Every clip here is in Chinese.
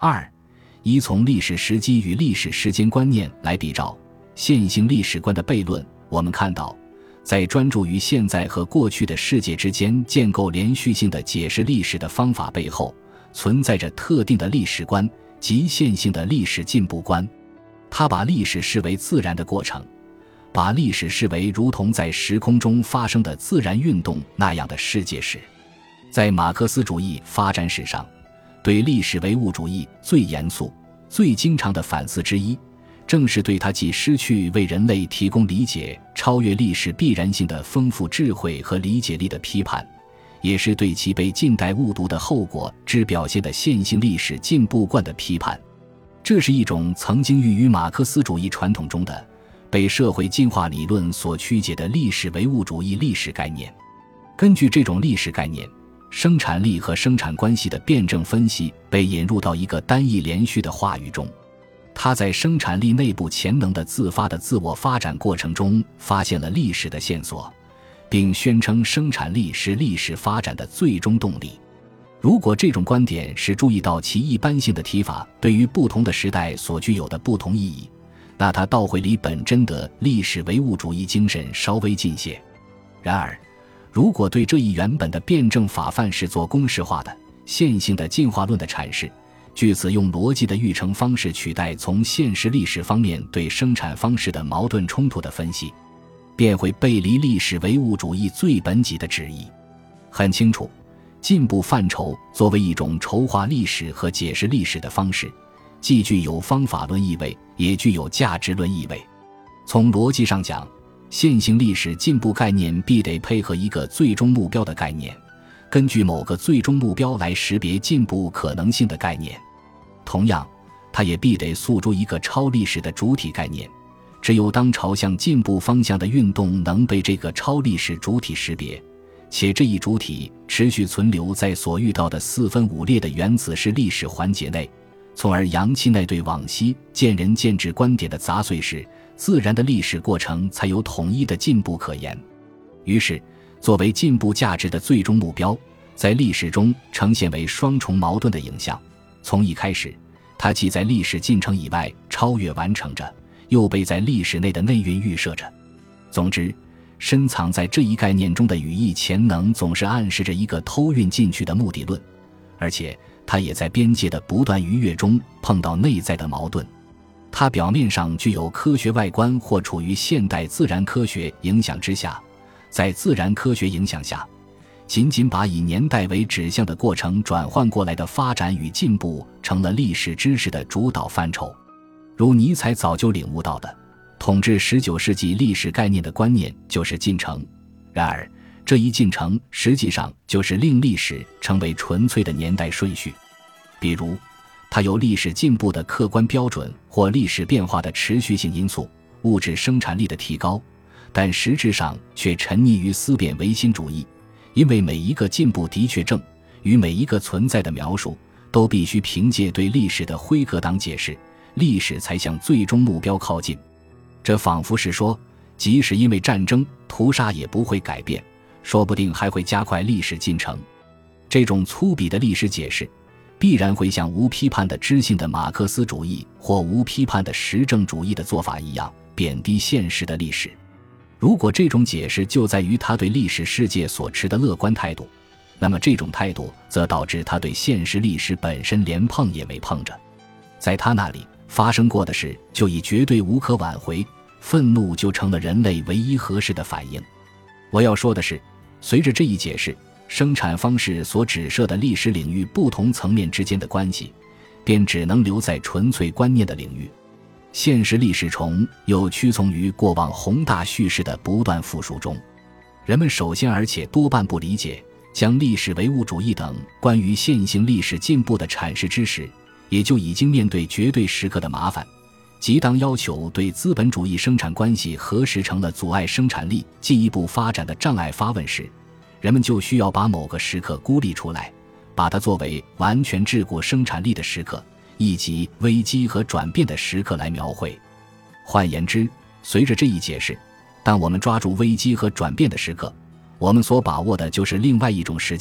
二，依从历史时机与历史时间观念来比照线性历史观的悖论，我们看到在专注于现在和过去的世界之间建构连续性的解释历史的方法背后，存在着特定的历史观及线性的历史进步观。他把历史视为自然的过程，把历史视为如同在时空中发生的自然运动那样的世界史。在马克思主义发展史上，对历史唯物主义最严肃、最经常的反思之一，正是对它既失去为人类提供理解超越历史必然性的丰富智慧和理解力的批判，也是对其被近代误读的后果之表现的线性历史进步观的批判。这是一种曾经寓于马克思主义传统中的被社会进化理论所曲解的历史唯物主义历史概念。根据这种历史概念，生产力和生产关系的辩证分析被引入到一个单一连续的话语中。它在生产力内部潜能的自发的自我发展过程中发现了历史的线索，并宣称生产力是历史发展的最终动力。如果这种观点是注意到其一般性的提法对于不同的时代所具有的不同意义，那它倒会离本真的历史唯物主义精神稍微近些。然而，如果对这一原本的辩证法范式做公式化的线性的进化论的阐释，据此用逻辑的预成方式取代从现实历史方面对生产方式的矛盾冲突的分析，便会背离历史唯物主义最本己的旨意。很清楚，进步范畴作为一种筹划历史和解释历史的方式，既具有方法论意味，也具有价值论意味。从逻辑上讲，线性历史进步概念必得配合一个最终目标的概念，根据某个最终目标来识别进步可能性的概念。同样，它也必得诉诸一个超历史的主体概念，只有当朝向进步方向的运动能被这个超历史主体识别，且这一主体持续存留在所遇到的四分五裂的原子式历史环节内，从而扬弃那对往昔见仁见智观点的杂碎时，自然的历史过程才有统一的进步可言。于是，作为进步价值的最终目标，在历史中呈现为双重矛盾的影像。从一开始，它既在历史进程以外超越完成着，又被在历史内的内蕴预设着。总之，深藏在这一概念中的语义潜能总是暗示着一个偷运进去的目的论，而且它也在边界的不断逾越中碰到内在的矛盾。它表面上具有科学外观或处于现代自然科学影响之下，在自然科学影响下，仅仅把以年代为指向的过程转换过来的发展与进步成了历史知识的主导范畴。如尼采早就领悟到的，统治19世纪历史概念的观念就是进程，然而这一进程实际上就是令历史成为纯粹的年代顺序。比如，它有历史进步的客观标准或历史变化的持续性因素，物质生产力的提高，但实质上却沉溺于思辨唯心主义，因为每一个进步的确证与每一个存在的描述都必须凭借对历史的辉格党解释，历史才向最终目标靠近。这仿佛是说，即使因为战争屠杀也不会改变，说不定还会加快历史进程。这种粗鄙的历史解释必然会像无批判的知性的马克思主义或无批判的实证主义的做法一样，贬低现实的历史。如果这种解释就在于他对历史世界所持的乐观态度，那么这种态度则导致他对现实历史本身连碰也没碰着。在他那里发生过的事就已绝对无可挽回，愤怒就成了人类唯一合适的反应。我要说的是，随着这一解释，生产方式所指涉的历史领域不同层面之间的关系便只能留在纯粹观念的领域。现实历史中又屈从于过往宏大叙事的不断复述中，人们首先而且多半不理解将历史唯物主义等关于线性历史进步的阐释之时，也就已经面对绝对时刻的麻烦，即当要求对资本主义生产关系何时成了阻碍生产力进一步发展的障碍发问时，人们就需要把某个时刻孤立出来，把它作为完全桎梏生产力的时刻，以及危机和转变的时刻来描绘。换言之，随着这一解释，当我们抓住危机和转变的时刻，我们所把握的就是另外一种时间，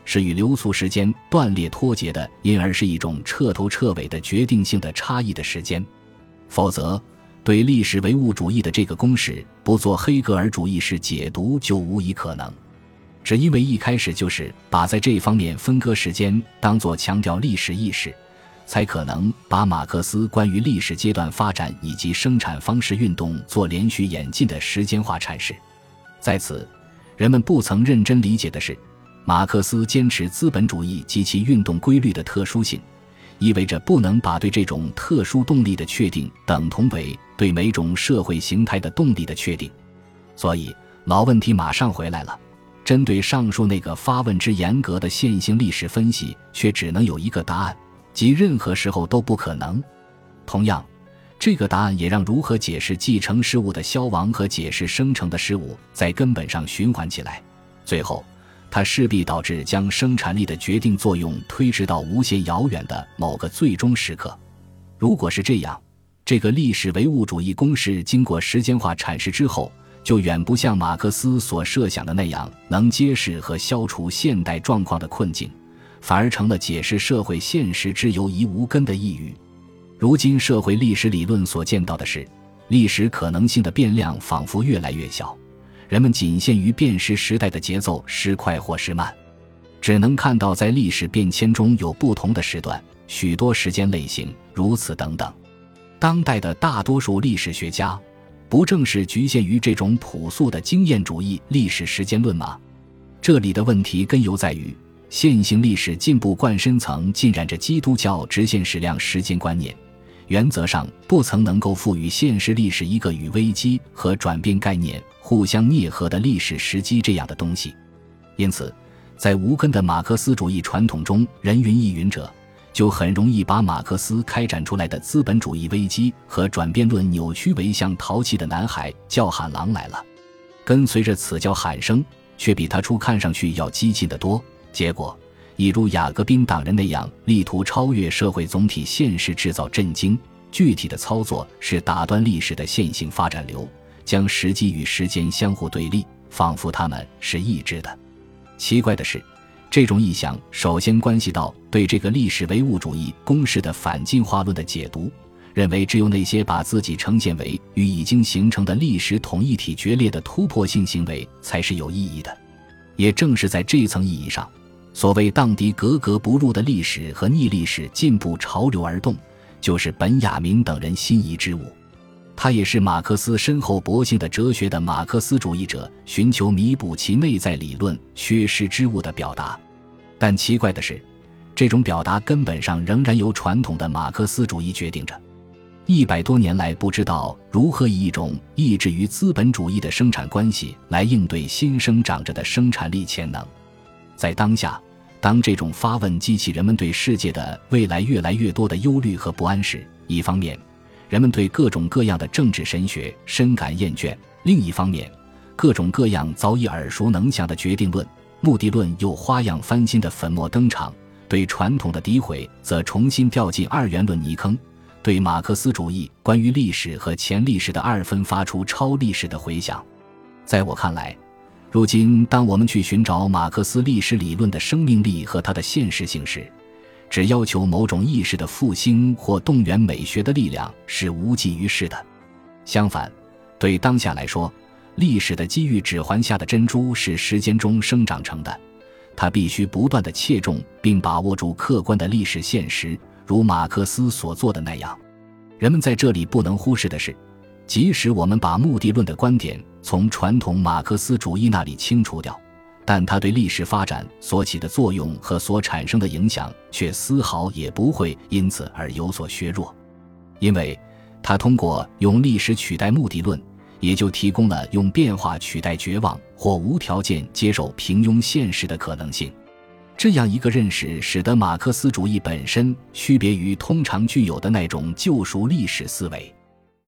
是与流速时间断裂脱节的，因而是一种彻头彻尾的决定性的差异的时间。否则，对历史唯物主义的这个公式不做黑格尔主义式解读就无疑可能。只因为一开始就是把在这方面分割时间当作强调历史意识，才可能把马克思关于历史阶段发展以及生产方式运动做连续演进的时间化阐释。在此，人们不曾认真理解的是，马克思坚持资本主义及其运动规律的特殊性，意味着不能把对这种特殊动力的确定等同为对每种社会形态的动力的确定。所以老问题马上回来了，针对上述那个发问之严格的线性历史分析，却只能有一个答案，即任何时候都不可能。同样，这个答案也让如何解释继承事物的消亡和解释生成的事物在根本上循环起来，最后它势必导致将生产力的决定作用推迟到无限遥远的某个最终时刻。如果是这样，这个历史唯物主义公式经过时间化阐释之后，就远不像马克思所设想的那样能揭示和消除现代状况的困境，反而成了解释社会现实之犹疑无根的呓语。如今社会历史理论所见到的是，历史可能性的变量仿佛越来越小，人们仅限于辨识时代的节奏是快或是慢，只能看到在历史变迁中有不同的时段，许多时间类型，如此等等。当代的大多数历史学家不正是局限于这种朴素的经验主义历史时间论吗？这里的问题根由在于，线性历史进步贯深层浸染着基督教直线矢量时间观念，原则上不曾能够赋予现实历史一个与危机和转变概念互相啮合的历史时机这样的东西。因此，在无根的马克思主义传统中，人云亦云者就很容易把马克思开展出来的资本主义危机和转变论扭曲为像淘气的男孩叫喊狼来了。跟随着此叫喊声，却比他初看上去要激进得多，结果亦如雅各宾党人那样力图超越社会总体现实制造震惊，具体的操作是打断历史的线性发展流，将实际与时间相互对立，仿佛它们是一致的。奇怪的是，这种意向首先关系到对这个历史唯物主义公式的反进化论的解读，认为只有那些把自己呈现为与已经形成的历史统一体决裂的突破性行为才是有意义的。也正是在这层意义上，所谓荡涤格格不入的历史和逆历史进步潮流而动，就是本雅明等人心仪之物。它也是马克思深厚博性的哲学的马克思主义者寻求弥补其内在理论缺失之物的表达。但奇怪的是，这种表达根本上仍然由传统的马克思主义决定着。100多年来不知道如何以一种抑制于资本主义的生产关系来应对新生长着的生产力潜能。在当下，当这种发问激起人们对世界的未来越来越多的忧虑和不安时，一方面人们对各种各样的政治神学深感厌倦，另一方面各种各样早已耳熟能详的决定论、目的论又花样翻新的粉墨登场，对传统的诋毁则重新掉进二元论泥坑，对马克思主义关于历史和前历史的二分发出超历史的回响。在我看来，如今当我们去寻找马克思历史理论的生命力和它的现实性时，只要求某种意识的复兴或动员美学的力量是无济于事的。相反，对当下来说，历史的机遇指环下的珍珠是时间中生长成的，它必须不断地切中并把握住客观的历史现实，如马克思所做的那样。人们在这里不能忽视的是，即使我们把目的论的观点从传统马克思主义那里清除掉，但它对历史发展所起的作用和所产生的影响却丝毫也不会因此而有所削弱。因为它通过用历史取代目的论，也就提供了用变化取代绝望或无条件接受平庸现实的可能性。这样一个认识使得马克思主义本身区别于通常具有的那种救赎历史思维。